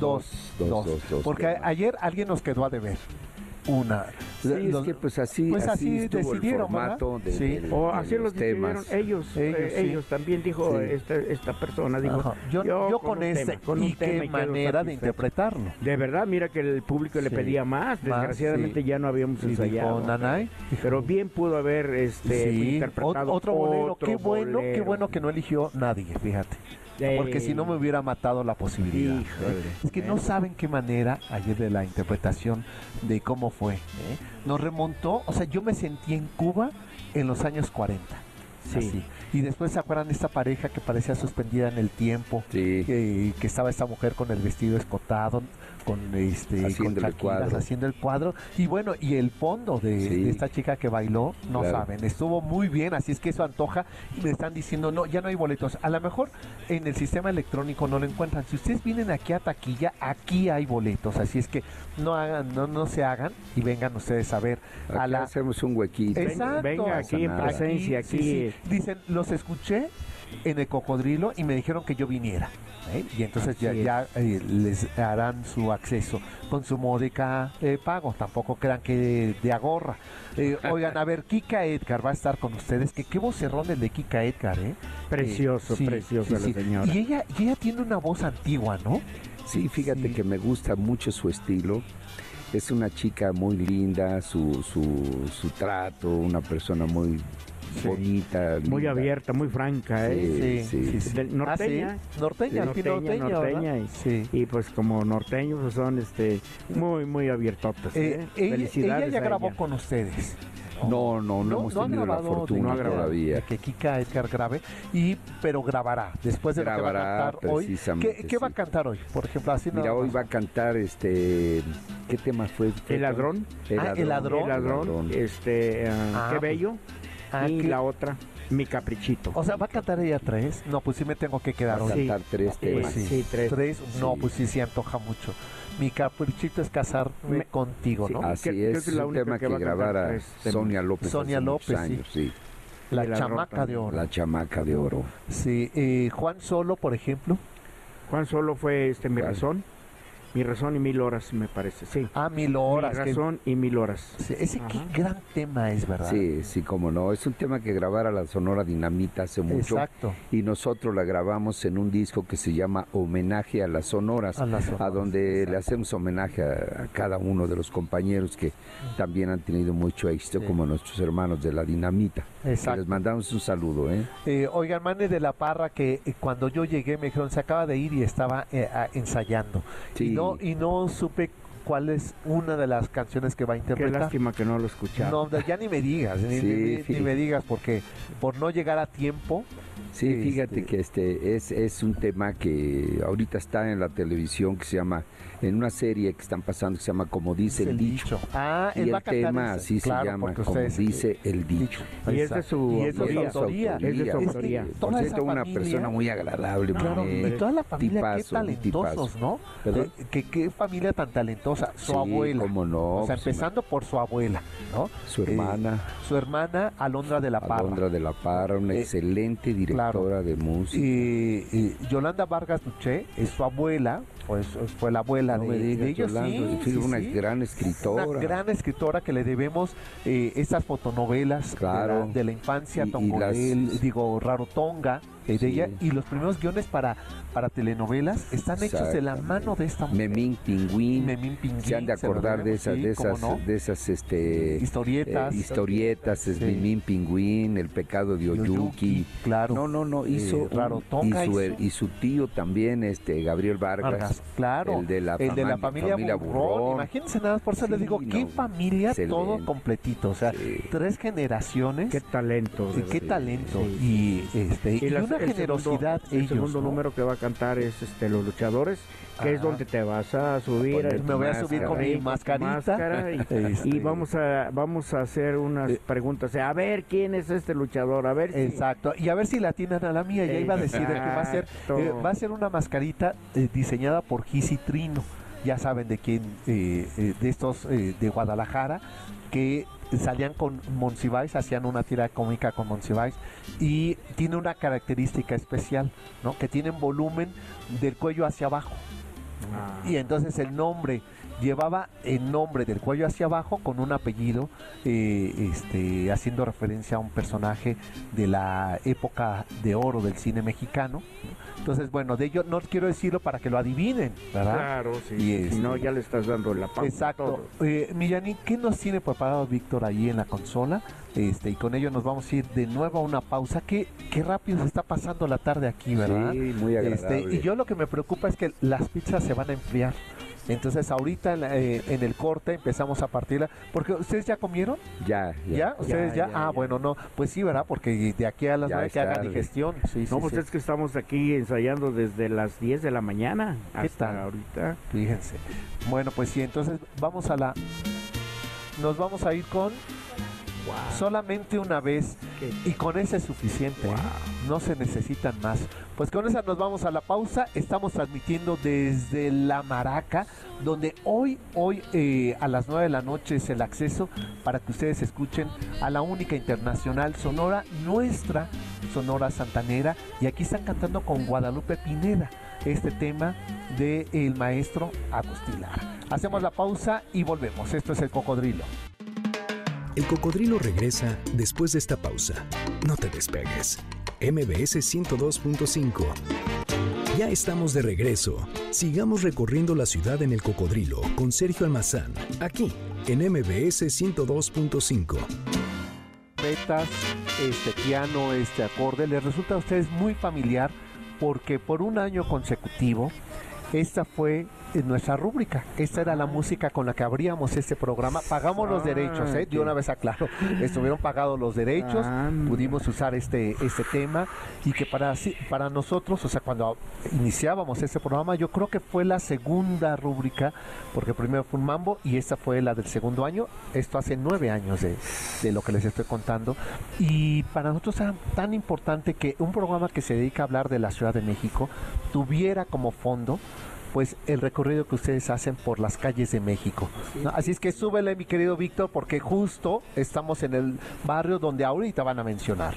Porque ayer alguien nos quedó a deber. Una.
Sí, es que pues así estuvo
decidieron,
el formato
¿verdad? Sí.
O
de
así los decidieron
temas.
ellos.
Ellos, sí.
También dijo
Sí.
esta persona, dijo,
Ajá. Yo con
un
este,
tema, con
y
un tema
qué
y quedo
manera de
satisfecho.
interpretarlo.
De verdad, mira que el público le
Sí.
pedía más. Desgraciadamente
sí.
ya no habíamos
Y dijo
ensayado.
Nanay.
Pero bien pudo haber
Sí,
interpretado
otro bolero.
otro
Qué bueno
bolero.
que no eligió nadie, fíjate. Porque si no me hubiera matado la posibilidad.
Híjole.
Es que no saben qué manera ayer de la interpretación de cómo fue. Nos remontó, o sea, yo me sentí en Cuba en los años 40.
Sí.
Así. Y después se acuerdan de esta pareja que parecía suspendida en el tiempo,
Sí.
que estaba esta mujer con el vestido escotado, con
Haciendo
con
el
chaquiras,
cuadro.
haciendo el cuadro. Y bueno, y el fondo
Sí.
de esta chica que bailó, no
Claro.
saben, estuvo muy bien, así es que eso antoja. Y me están diciendo, no, ya no hay boletos. A lo mejor en el sistema electrónico no lo encuentran. Si ustedes vienen aquí a taquilla, aquí hay boletos. Así es que no se hagan y vengan ustedes a ver.
Aquí hacemos un huequito.
Exacto.
Venga aquí en
Nada.
presencia, aquí.
Sí. Dicen, los escuché en el Cocodrilo y me dijeron que yo viniera. Y entonces
Así
ya les harán su acceso con su módica pago. Tampoco crean que de agorra. Oigan, a ver, Kika Edgar va a estar con ustedes. Qué vocerrón el de Kika Edgar, ¿eh?
Precioso,
Sí,
precioso
sí, sí.
la señora.
Y ella tiene una voz antigua, ¿no?
Sí, fíjate
Sí.
que me gusta mucho su estilo. Es una chica muy linda, su trato, una persona muy bonita.
Muy
linda.
abierta, muy franca, ¿eh?
Sí.
Norteña.
Ah, ¿sí? Norteña,
Sí.
aquí norteña,
norteña,
¿verdad? Sí.
Y pues como norteños pues, son muy, muy abiertotas.
Ella
Felicidades
ya
a
grabó
ella.
con ustedes.
No hemos
han
tenido la
grabado
fortuna
de-
todavía.
de que Kika Edgar grabe, pero grabará después de lo que va a
Grabará,
cantar hoy.
precisamente,
¿Qué va a
sí.
cantar hoy? Por ejemplo, así
Mira,
nada
hoy
más.
va a cantar ¿qué tema fue?
El ladrón.
El ladrón.
El ladrón,
Ah,
qué bello. Y
¿qué?
la otra, mi caprichito.
O sea, ¿va a cantar ella tres? No, pues sí me tengo que quedar
Va a
hoy.
cantar tres
Pues
temas.
sí,
tres.
No,
Sí.
pues sí antoja mucho. Mi caprichito es casarme contigo,
sí.
¿no?
Así
que
es,
es
es
la
un
única
tema
que
que
va a cantar
grabara
tres temas.
Sonia López.
Sonia
hace muchos
López, sí.
años, sí.
La
el ladrón
chamaca de
también.
oro.
La chamaca de oro.
Sí, Juan Solo, por ejemplo.
Juan Solo fue mi
¿Cuál?
razón. Mi razón y 1000 horas, me parece. Sí.
1000 horas.
Mi
que-
razón y 1000 horas.
sí, ese qué
Ajá.
gran tema es, ¿verdad?
Sí, cómo no. Es un tema que grabara la Sonora Dinamita hace mucho.
Exacto.
Y nosotros la grabamos en un disco que se llama Homenaje a las Sonoras,
A las Sonoras,
a donde
exacto.
le hacemos homenaje a cada uno de los compañeros que también han tenido mucho éxito,
Sí.
como nuestros hermanos de la Dinamita.
Exacto.
Les mandamos un saludo, ¿eh?
Oigan, Mane de la Parra, que cuando yo llegué me dijeron, se acaba de ir y estaba ensayando.
Sí.
Y no supe cuál es una de las canciones que va a
Qué
interpretar.
lástima que no lo escucharon.
No, ya ni me digas,
Sí.
ni me digas, porque por no llegar a tiempo,
Sí, fíjate que es un tema que ahorita está en la televisión, que se llama, en una serie que están pasando, que se llama Como dice el dicho.
Él
y
va
el
a cantar
tema
ese.
así
Claro,
se llama,
porque
Como dice el dicho.
Y es de su
autoría.
Es de su autoría.
Por
Toda
cierto,
esa
una
familia,
persona muy agradable.
claro,
muy
y toda la familia,
tipazo,
qué talentosos, ¿no?
¿Perdón?
Qué familia tan talentosa. Su
Sí,
abuela.
cómo no,
O sea,
pues,
empezando por su abuela, ¿no?
Su hermana.
Su hermana, Alondra de la Parra.
Alondra de la Parra, una excelente directora de música.
Yolanda Vargas Duché es su abuela, pues fue la abuela
No me
de
digas,
ellos.
Yolanda,
Sí,
una
sí.
gran escritora.
Una gran escritora que le debemos estas fotonovelas
Claro.
de la infancia,
Y
Tongolel, Rarotonga, de
Sí.
ella, y los primeros guiones para telenovelas están hechos de la mano de esta mujer.
Memín Pingüín.
Memín Pingüín,
Se han de
se lo
acordar de
debemos,
esas,
sí, cómo no.
de esas
Historietas.
es
Sí.
Memín Pingüín, El pecado de Oyuki.
claro.
No, hizo
Rarotonga
y su tío también, Gabriel Vargas.
Claro,
El de la
familia Burrón. Imagínense nada más, por eso
Sí,
les digo, qué
no,
familia,
excelente.
todo completito. O sea,
Sí.
3 generaciones.
Qué talento. de
Qué
verdad.
talento.
Sí.
Y
la-
una
el
generosidad
el
ellos.
segundo
¿no?
número que va a cantar es Los Luchadores, que es
Ajá.
donde te vas a subir.
Poner
Me voy a subir con mi
tu
mascarita.
máscara y vamos a hacer unas preguntas. A ver, ¿quién es este luchador? A ver.
Exacto, y a ver si la atinan a la mía. Ya iba a decir que
Exacto.
va a ser una mascarita diseñada por Gisi Trino. Ya saben de quién, de estos de Guadalajara, que salían con Monsiváis, hacían una tira cómica con Monsiváis, y tiene una característica especial, ¿no? Que tienen volumen del cuello hacia abajo. Y entonces el nombre llevaba el nombre del cuello hacia abajo con un apellido haciendo referencia a un personaje de la época de oro del cine mexicano. Entonces, bueno, de ello no quiero decirlo para que lo adivinen, ¿verdad?
Claro, sí.
Y
Si no, ya le estás dando la pauta.
Exacto. Millani, ¿qué nos tiene preparado Víctor ahí en la consola? Y con ello nos vamos a ir de nuevo a una pausa. Qué rápido se está pasando la tarde aquí, ¿verdad?
Sí, muy agradable.
Y yo lo que me preocupa es que las pizzas se van a enfriar. Entonces ahorita en el corte empezamos a partirla. Porque ¿ustedes ya comieron?
Ya.
¿Ustedes ya?
ya.
Bueno, no. Pues sí, ¿verdad? Porque de aquí a las
Ya
9
es
que hagan
tarde.
digestión. Sí,
No,
sí,
pues
sí.
es que estamos aquí ensayando desde las 10 de la mañana
¿Qué
hasta
tal?
ahorita.
Fíjense. Bueno, pues sí, entonces nos vamos a ir con Solamente una vez, y con esa es suficiente, ¿eh? No se necesitan más. Pues con esa nos vamos a la pausa. Estamos transmitiendo desde La Maraca, donde hoy a las 9 de la noche es el acceso para que ustedes escuchen a la única internacional sonora, nuestra Sonora Santanera, y aquí están cantando con Guadalupe Pineda este tema del maestro Agustín Lara. Hacemos la pausa y volvemos. Esto es El Cocodrilo.
El Cocodrilo regresa después de esta pausa. No te despegues. MBS 102.5. Ya estamos de regreso. Sigamos recorriendo la ciudad en El Cocodrilo con Sergio Almazán, aquí en MBS 102.5.
Metas, piano, acorde, les resulta a ustedes muy familiar porque por un año consecutivo esta fue nuestra rúbrica. Esta era la música con la que abríamos este programa. Pagamos los derechos, de una vez aclaro. Estuvieron pagados los derechos, pudimos usar este tema, y que para nosotros, o sea, cuando iniciábamos este programa, yo creo que fue la segunda rúbrica, porque primero fue un mambo y esta fue la del segundo año. Esto hace 9 años de lo que les estoy contando. Y para nosotros era tan importante que un programa que se dedica a hablar de la Ciudad de México tuviera como fondo pues el recorrido que ustedes hacen por las calles de México, ¿no? Así es que súbele, mi querido Víctor, porque justo estamos en el barrio donde ahorita van a mencionar.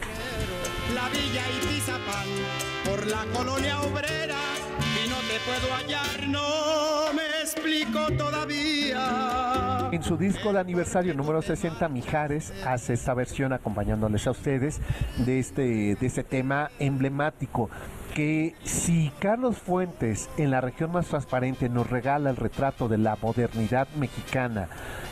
La Villa Itizapán, por la colonia obrera, y no te puedo hallar, no me explico todavía.
En su disco de aniversario número 60, Mijares hace esta versión acompañándoles a ustedes de este tema emblemático, que si Carlos Fuentes en La Región Más Transparente nos regala el retrato de la modernidad mexicana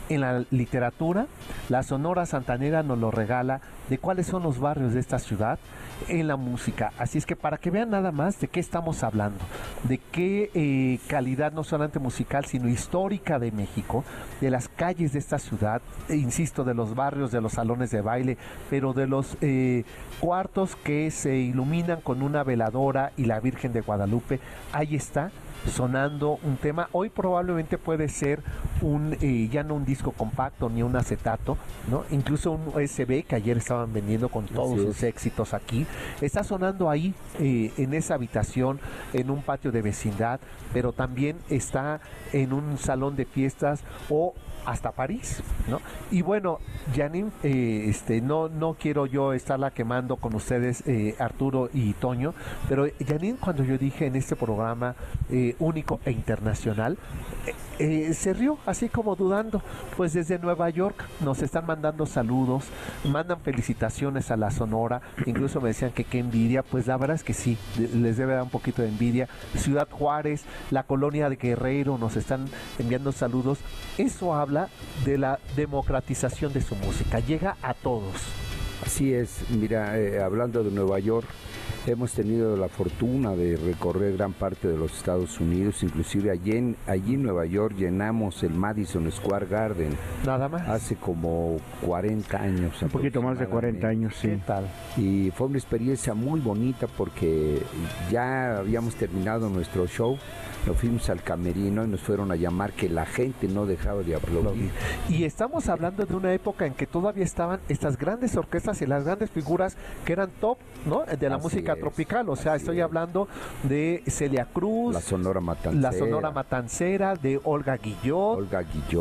en la literatura, la Sonora Santanera nos lo regala de cuáles son los barrios de esta ciudad en la música. Así es que para que vean nada más de qué estamos hablando, de qué calidad no solamente musical, sino histórica de México, de las calles de esta ciudad, insisto, de los barrios, de los salones de baile, pero de los cuartos que se iluminan con una veladora y la Virgen de Guadalupe. Ahí está sonando un tema. Hoy probablemente puede ser ya no un disco compacto ni un acetato, ¿no? Incluso un USB que ayer estaban vendiendo con todos sus éxitos aquí. Está sonando ahí en esa habitación, en un patio de vecindad, pero también está en un salón de fiestas o hasta París, ¿no? Y bueno, Janine, no quiero yo estarla quemando con ustedes, Arturo y Toño, pero Janine, cuando yo dije en este programa único e internacional, se rió así como dudando. Pues desde Nueva York nos están mandando saludos, mandan felicitaciones a la Sonora, incluso me decían que qué envidia. Pues la verdad es que sí, les debe dar un poquito de envidia. Ciudad Juárez, la colonia de Guerrero nos están enviando saludos. Eso habla de la democratización de su música, llega a todos.
Así es, mira, hablando de Nueva York, hemos tenido la fortuna de recorrer gran parte de los Estados Unidos, inclusive allí en Nueva York llenamos el Madison Square Garden.
Nada más.
Hace como 40 años.
Un poquito más de 40 años, sí.
¿Qué tal?
Y fue una experiencia muy bonita porque ya habíamos terminado nuestro show, nos fuimos al camerino y nos fueron a llamar que la gente no dejaba de aplaudir.
Y estamos hablando de una época en que todavía estaban estas grandes orquestas y las grandes figuras que eran top, ¿no? De la música tropical, o sea, estoy hablando de Celia Cruz,
la Sonora Matancera,
de Olga Guillot,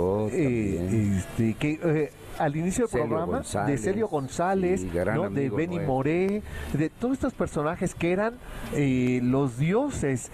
al inicio del programa, de Celio González, sí, ¿no? De Benny Moré, de todos estos personajes que eran los dioses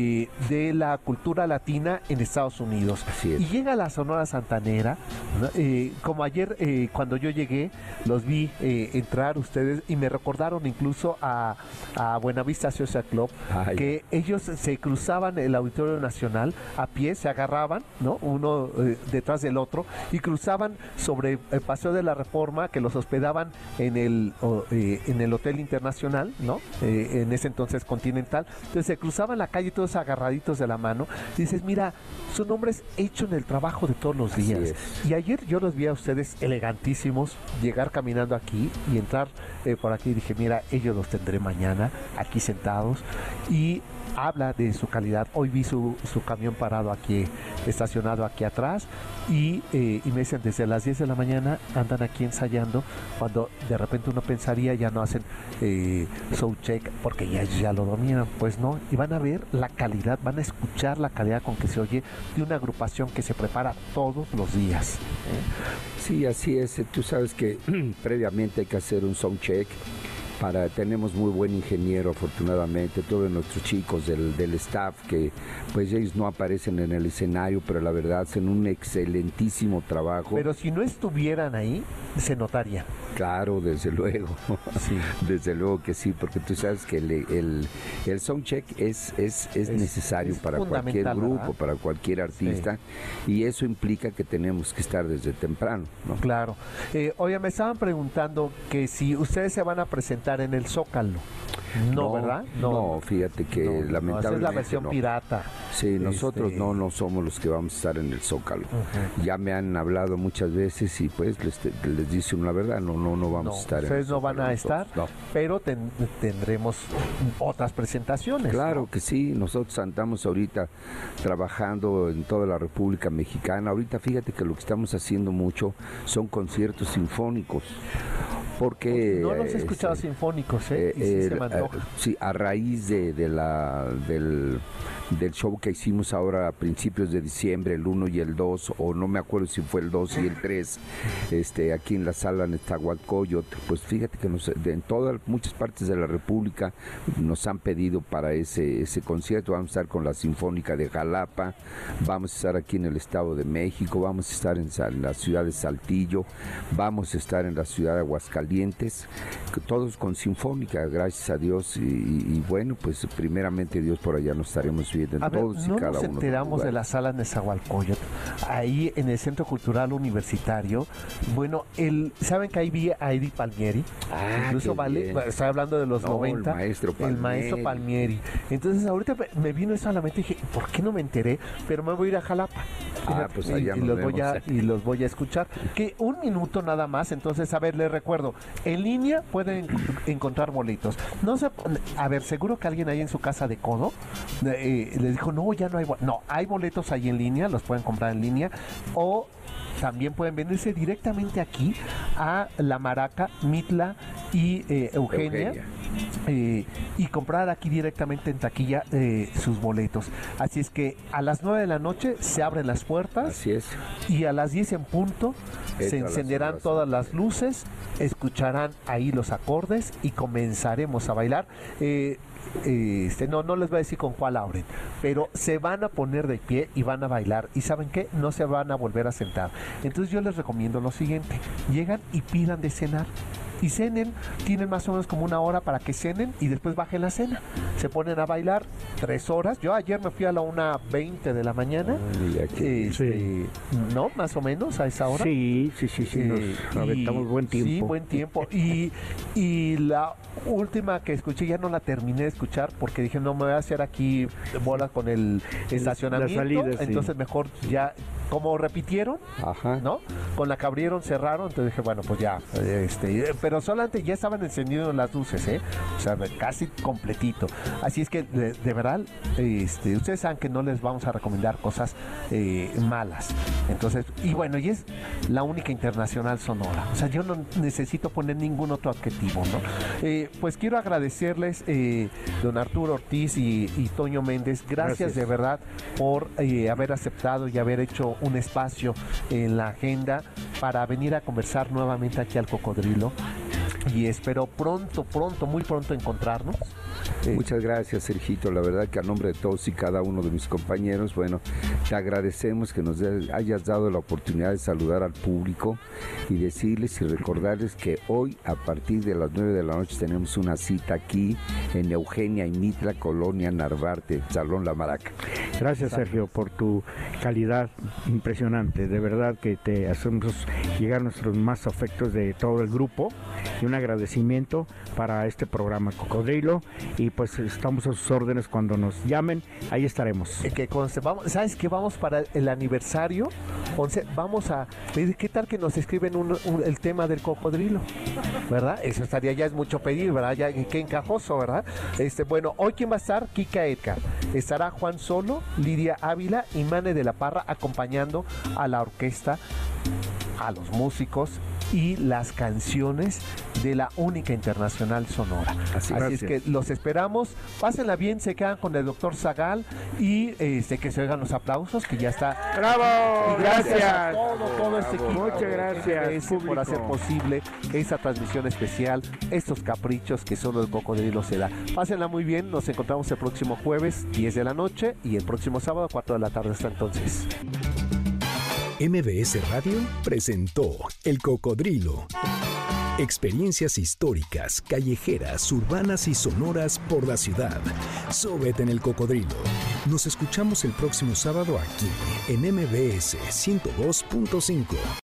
de la cultura latina en Estados Unidos. Y llega la Sonora Santanera, ¿no? Como ayer cuando yo llegué, los vi entrar ustedes y me recordaron incluso a Buenavista Social Club, que ellos se cruzaban el Auditorio Nacional a pie, se agarraban, ¿no? Uno detrás del otro y cruzaban sobre el Paseo de la Reforma, que los hospedaban en el Hotel Internacional, ¿no? En ese entonces Continental. Entonces se cruzaban la calle todos agarraditos de la mano. Y dices, mira, son hombres hechos en el trabajo de todos los días. Y ayer yo los vi a ustedes elegantísimos llegar caminando aquí y entrar por aquí. Y dije, mira, ellos los tendré mañana aquí sentados. Y habla de su calidad. Hoy vi su camión parado aquí, estacionado aquí atrás, y me dicen, desde las 10 de la mañana andan aquí ensayando, cuando de repente uno pensaría ya no hacen sound check porque ya lo dominan. Pues no, y van a ver la calidad, van a escuchar la calidad con que se oye de una agrupación que se prepara todos los días.
Sí, así es. Tú sabes que previamente hay que hacer un sound check. Tenemos muy buen ingeniero, afortunadamente, todos nuestros chicos del staff, que pues ellos no aparecen en el escenario, pero la verdad hacen un excelentísimo trabajo.
Pero si no estuvieran ahí, se notaría.
Claro, desde luego.
Sí.
Desde luego que sí, porque tú sabes que el soundcheck es necesario para cualquier grupo, ¿verdad? Para cualquier artista, sí. Y eso implica que tenemos que estar desde temprano, ¿no?
Claro. Oye, me estaban preguntando que si ustedes se van a presentar en el Zócalo. No, ¿verdad?
No, fíjate que lamentablemente
esa es la versión pirata.
Sí, nosotros no somos los que vamos a estar en el Zócalo. Ya me han hablado muchas veces y pues les dice una verdad, no vamos a estar en el Zócalo. Ustedes
no van a estar, pero tendremos otras presentaciones.
Claro,
¿no?
Que sí, nosotros andamos ahorita trabajando en toda la República Mexicana. Ahorita fíjate que lo que estamos haciendo mucho son conciertos sinfónicos. Porque
no los he escuchado sinfónicos, y sí se me antoja.
Sí, a raíz del show que hicimos ahora a principios de diciembre, el 1 y el 2, o no me acuerdo si fue el 2 y el 3, aquí en la sala Nezahualcóyotl, pues fíjate que en muchas partes de la República nos han pedido para ese concierto. Vamos a estar con la Sinfónica de Jalapa, vamos a estar aquí en el Estado de México, vamos a estar en la ciudad de Saltillo, vamos a estar en la ciudad de Aguascalientes, todos con Sinfónica, gracias a Dios, y bueno, pues primeramente Dios, por allá nos estaremos viendo sufriendo en todos y
no
cada
nos
uno.
enteramos de la sala Nezahualcóyotl, ahí en el Centro Cultural Universitario. Bueno, ¿saben que ahí vi a Eddie Palmieri? Incluso estoy hablando de los 90. El maestro Palmieri. Entonces ahorita me vino eso a la mente y dije, ¿por qué no me enteré? Pero me voy a ir a Jalapa.
Pues allá
y los voy a escuchar. Que un minuto nada más. Entonces, a ver, les recuerdo, en línea pueden encontrar boletos. No sé, a ver, seguro que alguien ahí en su casa de codo les dijo, no, ya no hay boletos. No, hay boletos ahí en línea, los pueden comprar en línea. O también pueden venirse directamente aquí a La Maraca, Mitla y Eugenia. Y comprar aquí directamente en taquilla sus boletos. Así es que a las 9 de la noche se abren las puertas.
Así es.
Y a las 10 en punto se encenderán todas las luces, escucharán ahí los acordes y comenzaremos a bailar. No les voy a decir con cuál abren, pero se van a poner de pie y van a bailar. ¿Y saben qué? No se van a volver a sentar. Entonces yo les recomiendo lo siguiente: llegan y pidan de cenar. Y cenen, tienen más o menos como 1 hora para que cenen y después bajen la cena. Se ponen a bailar 3 horas. Yo ayer me fui a la 1:20 de la mañana. ¿No? Más o menos a esa hora.
Sí. Nos aventamos buen tiempo.
Sí, buen tiempo. Y la última que escuché ya no la terminé de escuchar porque dije, no me voy a hacer aquí bolas con el estacionamiento.
Salida,
entonces mejor ya, como repitieron, ¿no? Con la que abrieron, cerraron, entonces dije, bueno, pues ya, pero solamente ya estaban encendidas las luces, o sea, casi completito. Así es que, de verdad, ustedes saben que no les vamos a recomendar cosas malas. Entonces, y bueno, y es la única internacional sonora. O sea, yo no necesito poner ningún otro adjetivo, ¿no? Pues quiero agradecerles, don Arturo Ortiz y Toño Méndez, gracias de verdad por haber aceptado y haber hecho un espacio en la agenda para venir a conversar nuevamente aquí al Cocodrilo. Y espero muy pronto encontrarnos.
Muchas gracias, Sergito. La verdad que a nombre de todos y cada uno de mis compañeros, bueno, te agradecemos que nos hayas dado la oportunidad de saludar al público y decirles y recordarles que hoy a partir de las 9 de la noche tenemos una cita aquí en Eugenia y Mitla, Colonia Narvarte, Salón La Maraca.
Gracias, Sergio, por tu calidad impresionante. De verdad que te hacemos llegar nuestros más afectos de todo el grupo y un agradecimiento para este programa Cocodrilo. Y pues estamos a sus órdenes cuando nos llamen, ahí estaremos.
¿Sabes qué? Vamos para el aniversario 11, vamos a pedir, ¿qué tal que nos escriben el tema del Cocodrilo? ¿Verdad? Eso ya es mucho pedir, ¿verdad? Ya qué encajoso, ¿verdad? Bueno, hoy ¿quién va a estar? Kika Edgar. Estará Juan Solo, Lidia Ávila y Mane de la Parra acompañando a la orquesta, a los músicos y las canciones de la única internacional sonora. Así es que los esperamos, pásenla bien, se quedan con el doctor Zagal y que se oigan los aplausos, que ya está.
¡Bravo!
Gracias a todo este equipo.
Muchas gracias
por hacer posible esa transmisión especial, estos caprichos que solo el Cocodrilo se da. Pásenla muy bien, nos encontramos el próximo jueves 10 de la noche y el próximo sábado 4 de la tarde. Hasta entonces.
MBS Radio presentó El Cocodrilo. Experiencias históricas, callejeras, urbanas y sonoras por la ciudad. Sóbete en El Cocodrilo. Nos escuchamos el próximo sábado aquí en MBS 102.5.